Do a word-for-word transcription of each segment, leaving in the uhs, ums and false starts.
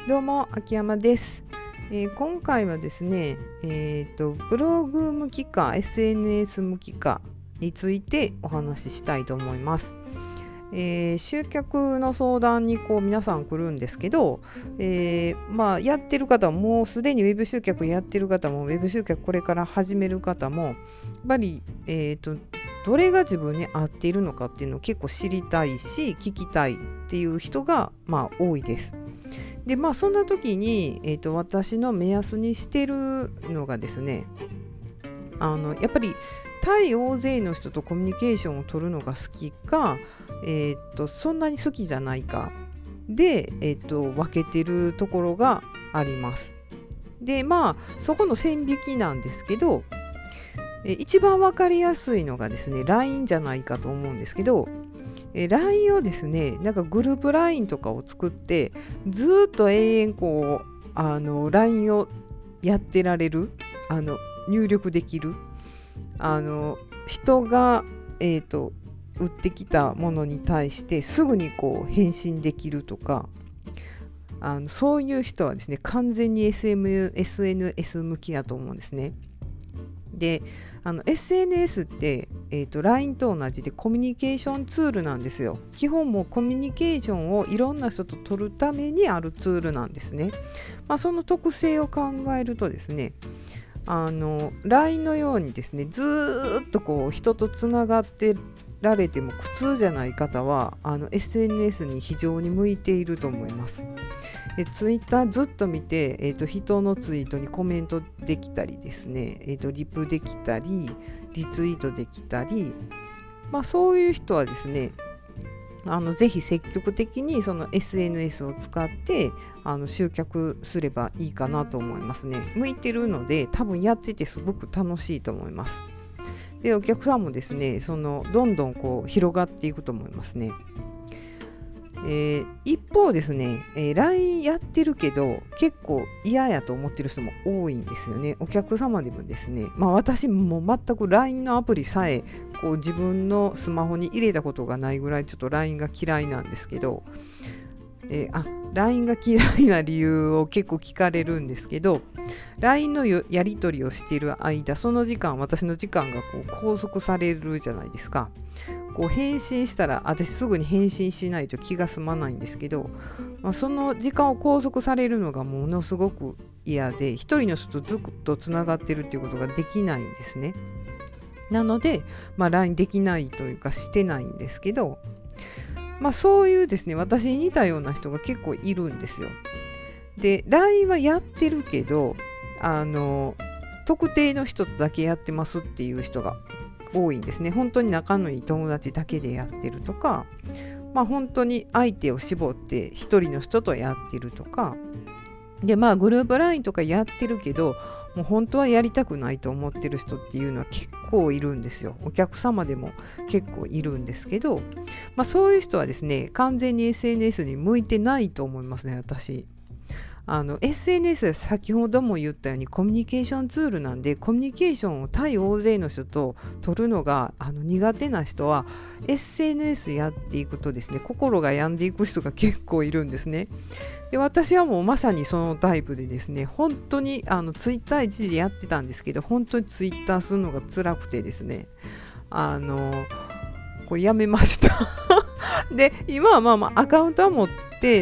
どうも秋山です。えー今回はですね、えーとブログ向きか エスエヌエス 向きかについてお話ししたいと思います。えー集客の相談にこう皆さん来るんですけど、えーまあ、やってる方もうすでにウェブ集客やってる方もウェブ集客これから始める方もやっぱり、えーとどれが自分に合っているのかっていうのを結構知りたいし聞きたいっていう人が、まあ、多いです。でまあそんな時に、えーと私の目安にしてるのがですね、あのやっぱり対大勢の人とコミュニケーションを取るのが好きか、えーとそんなに好きじゃないかで、えーと分けてるところがあります。でまあそこの線引きなんですけど、えー一番分かりやすいのがですね ライン じゃないかと思うんですけど、えー ライン をですね、なんかグループ ライン とかを作ってずーっと永遠こうあの ライン をやってられる、あの入力できる、あの人が、えーと売ってきたものに対してすぐにこう返信できるとか、あのそういう人はですね完全に エスエムエスエヌエス 向きだと思うんですね。であの エスエヌエス って、えーと ライン と同じでコミュニケーションツールなんですよ。基本もうコミュニケーションをいろんな人と取るためにあるツールなんですね。まあ、その特性を考えるとですね、あの ライン のようにですねずーっとこう人とつながってられても苦痛じゃない方はあの エスエヌエス に非常に向いていると思います。えツイッターずっと見て、えーと人のツイートにコメントできたりですね、えーとリプできたりリツイートできたり、まあ、そういう人はですね、あのぜひ積極的にその エスエヌエス を使ってあの集客すればいいかなと思いますね。向いてるので多分やっててすごく楽しいと思います。でお客さんもですねそのどんどんこう広がっていくと思いますね。えー一方ですね、えー ライン やってるけど結構嫌やと思ってる人も多いんですよね。お客様でもですね、まあ私も全く ライン のアプリさえこう自分のスマホに入れたことがないぐらいちょっと ライン が嫌いなんですけど、えーあ ライン が嫌いな理由を結構聞かれるんですけど、 ライン のよやり取りをしている間、その時間私の時間がこう拘束されるじゃないですか。こう返信したら私すぐに返信しないと気が済まないんですけど、まあ、その時間を拘束されるのがものすごく嫌で、一人の人とずっとつながってるっていうことができないんですね。なので、まあ、ライン できないというかしてないんですけど、まあ、そういうですね私に似たような人が結構いるんですよ。で ライン はやってるけどあの特定の人とだけやってますっていう人が多いんですね。本当に仲のいい友達だけでやってるとか、まあ、本当に相手を絞って一人の人とやってるとかで、まあグループ ライン とかやってるけどもう本当はやりたくないと思ってる人っていうのは結構いるんですよ。お客様でも結構いるんですけど、まあ、そういう人はですね完全に エスエヌエス に向いてないと思いますね。私あの エスエヌエス は先ほども言ったようにコミュニケーションツールなんで、コミュニケーションを対大勢の人と取るのがあの苦手な人は エスエヌエス やっていくとですね心が病んでいく人が結構いるんですね。で私はもうまさにそのタイプでですね、本当にあのツイッター一時でやってたんですけど、本当にツイッターするのが辛くてですね、あのこうやめましたで今はまあまあアカウントは持って、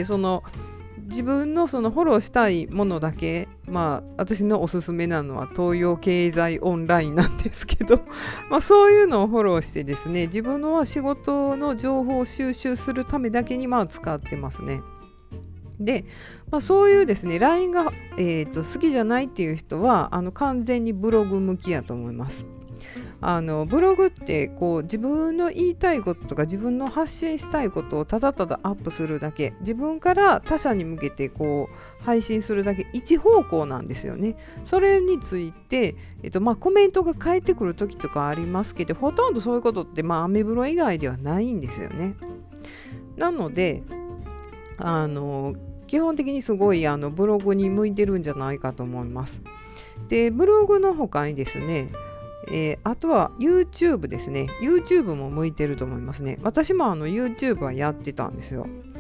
その自分のそのフォローしたいものだけ、まあ私のおすすめなのは東洋経済オンラインなんですけどまあそういうのをフォローしてですね、自分の仕事の情報を収集するためだけにまあ使ってますね。で、まあ、そういうですね ライン が、えーと好きじゃないっていう人はあの完全にブログ向きやと思います。あのブログってこう自分の言いたいこととか自分の発信したいことをただただアップするだけ、自分から他者に向けてこう配信するだけ、一方向なんですよね。それについて、えっとまあ、コメントが返ってくる時とかありますけど、ほとんどそういうことって、まあ、アメブロ以外ではないんですよね。なのであの基本的にすごいあのブログに向いてるんじゃないかと思います。でブログの他にですね、えーあとは YouTube ですね。YouTube も向いてると思いますね。私もあの YouTube はやってたんですよ。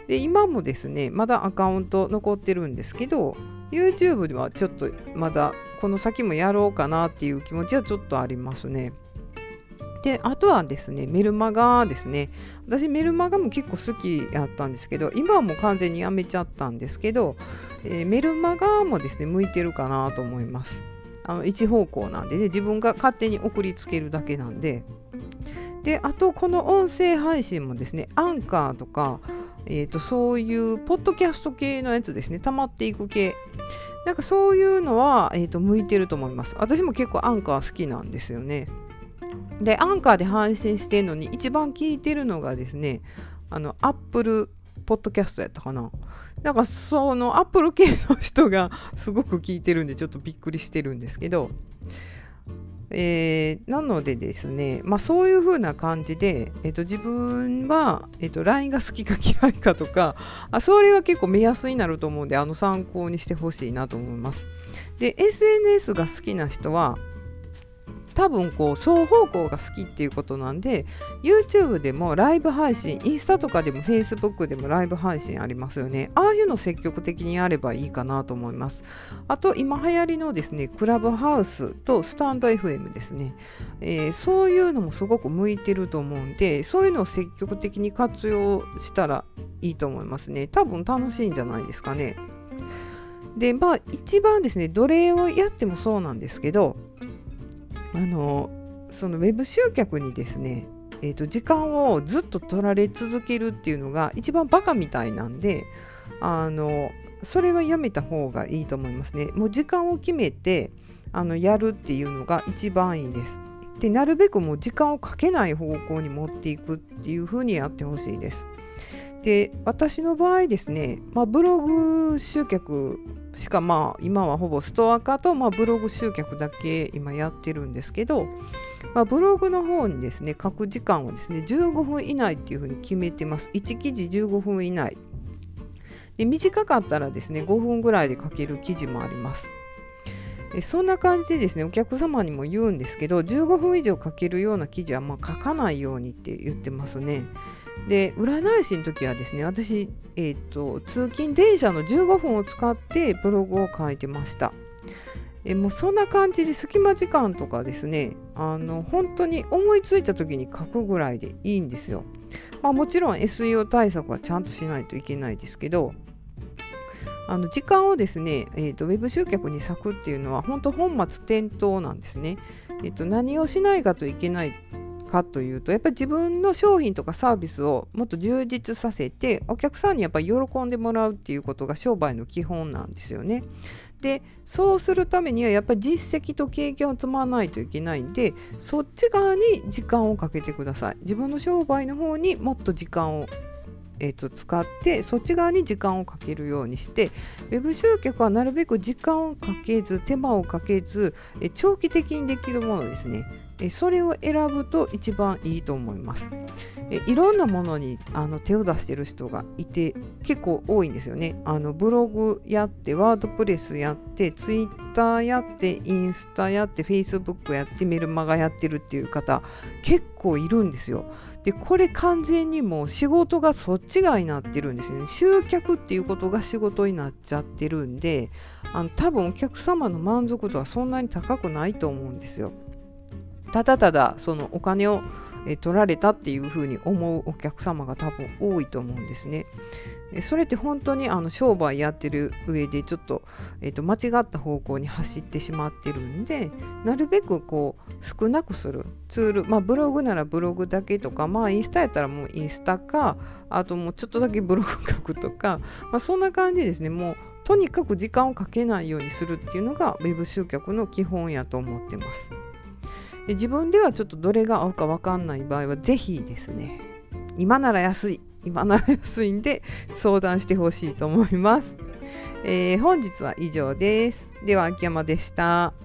で今もですねまだアカウント残ってるんですけど、 YouTube ではちょっとまだこの先もやろうかなっていう気持ちはちょっとありますね。であとはですねメルマガですね。私メルマガも結構好きやったんですけど、今はもう完全にやめちゃったんですけど、えーメルマガもですね向いてるかなと思います。あの一方向なんでね、自分が勝手に送りつけるだけなんで。であとこの音声配信もですねアンカーとか、えー、とそういうポッドキャスト系のやつですね、溜まっていく系、なんかそういうのは、えー、と向いてると思います。私も結構アンカー好きなんですよね。でアンカーで配信してるのに一番聞いてるのがですね、あのアップルポッドキャストやったかな。なんかそのアップル系の人がすごく聞いてるんでちょっとびっくりしてるんですけど、えーなのでですね、まあ、そういう風な感じで、えっと、自分は、えっと、ライン が好きか嫌いかとか、あそれは結構目安になると思うんで、あの参考にしてほしいなと思います。で エスエヌエス が好きな人は多分こう双方向が好きっていうことなんで、 YouTube でもライブ配信、インスタとかでも Facebook でもライブ配信ありますよね。ああいうの積極的にやればいいかなと思います。あと今流行りのですねクラブハウスとスタンド エフエム ですね、えーそういうのもすごく向いてると思うんで、そういうのを積極的に活用したらいいと思いますね。多分楽しいんじゃないですかね。でまあ一番ですねどれをやってもそうなんですけど、あのそのウェブ集客にですね、えーと時間をずっと取られ続けるっていうのが一番バカみたいなんで、あのそれはやめた方がいいと思いますね。もう時間を決めてあのやるっていうのが一番いいです。でなるべくもう時間をかけない方向に持っていくっていう風にやってほしいです。で私の場合ですね、まあ、ブログ集客しか、まあ、今はほぼストア化と、まあ、ブログ集客だけ今やってるんですけど、まあ、ブログの方にですね書く時間はですねじゅうごふん以内っていうふうに決めてます。いち記事じゅうごふん以内で、短かったらですねごふんぐらいで書ける記事もあります。えそんな感じでですねお客様にも言うんですけど、じゅうごふん以上書けるような記事はまあ書かないようにって言ってますね。で占い師の時はですね私、えーと、通勤電車のじゅうごふんを使ってブログを書いてました。えもうそんな感じで隙間時間とかですね、あの本当に思いついた時に書くぐらいでいいんですよ。まあ、もちろん エスイーオー 対策はちゃんとしないといけないですけど、あの時間をですね、えーと、ウェブ集客に割くっていうのは本当本末転倒なんですね。えーと、何をしないかといけないかというと、やっぱり自分の商品とかサービスをもっと充実させてお客さんにやっぱり喜んでもらうっていうことが商売の基本なんですよね。でそうするためにはやっぱり実績と経験を積まないといけないんで、そっち側に時間をかけてください。自分の商売の方にもっと時間をえーと使ってそっち側に時間をかけるようにして、ウェブ集客はなるべく時間をかけず手間をかけずえ長期的にできるものですね。えそれを選ぶと一番いいと思います。えいろんなものにあの手を出している人がいて結構多いんですよね。あのブログやってワードプレスやってツイッターやってインスタやってフェイスブックやってメルマガやってるっていう方結構いるんですよ。でこれ完全にもう仕事がそっち側になってるんですよね。集客っていうことが仕事になっちゃってるんで、あの多分お客様の満足度はそんなに高くないと思うんですよ。ただただそのお金をえ取られたっていうふうに思うお客様が多分多いと思うんですね。えそれって本当にあの商売やってる上でちょっと、えーと間違った方向に走ってしまってるんで、なるべくこう少なくするツール、まあ、ブログならブログだけとか、まあ、インスタやったらもうインスタか、あともうちょっとだけブログ書くとか、まあ、そんな感じでですね、もうとにかく時間をかけないようにするっていうのがウェブ集客の基本やと思ってます。で自分ではちょっとどれが合うか分かんない場合はぜひですね、今なら安い今なら安いんで相談してほしいと思います。えー本日は以上です。では秋山でした。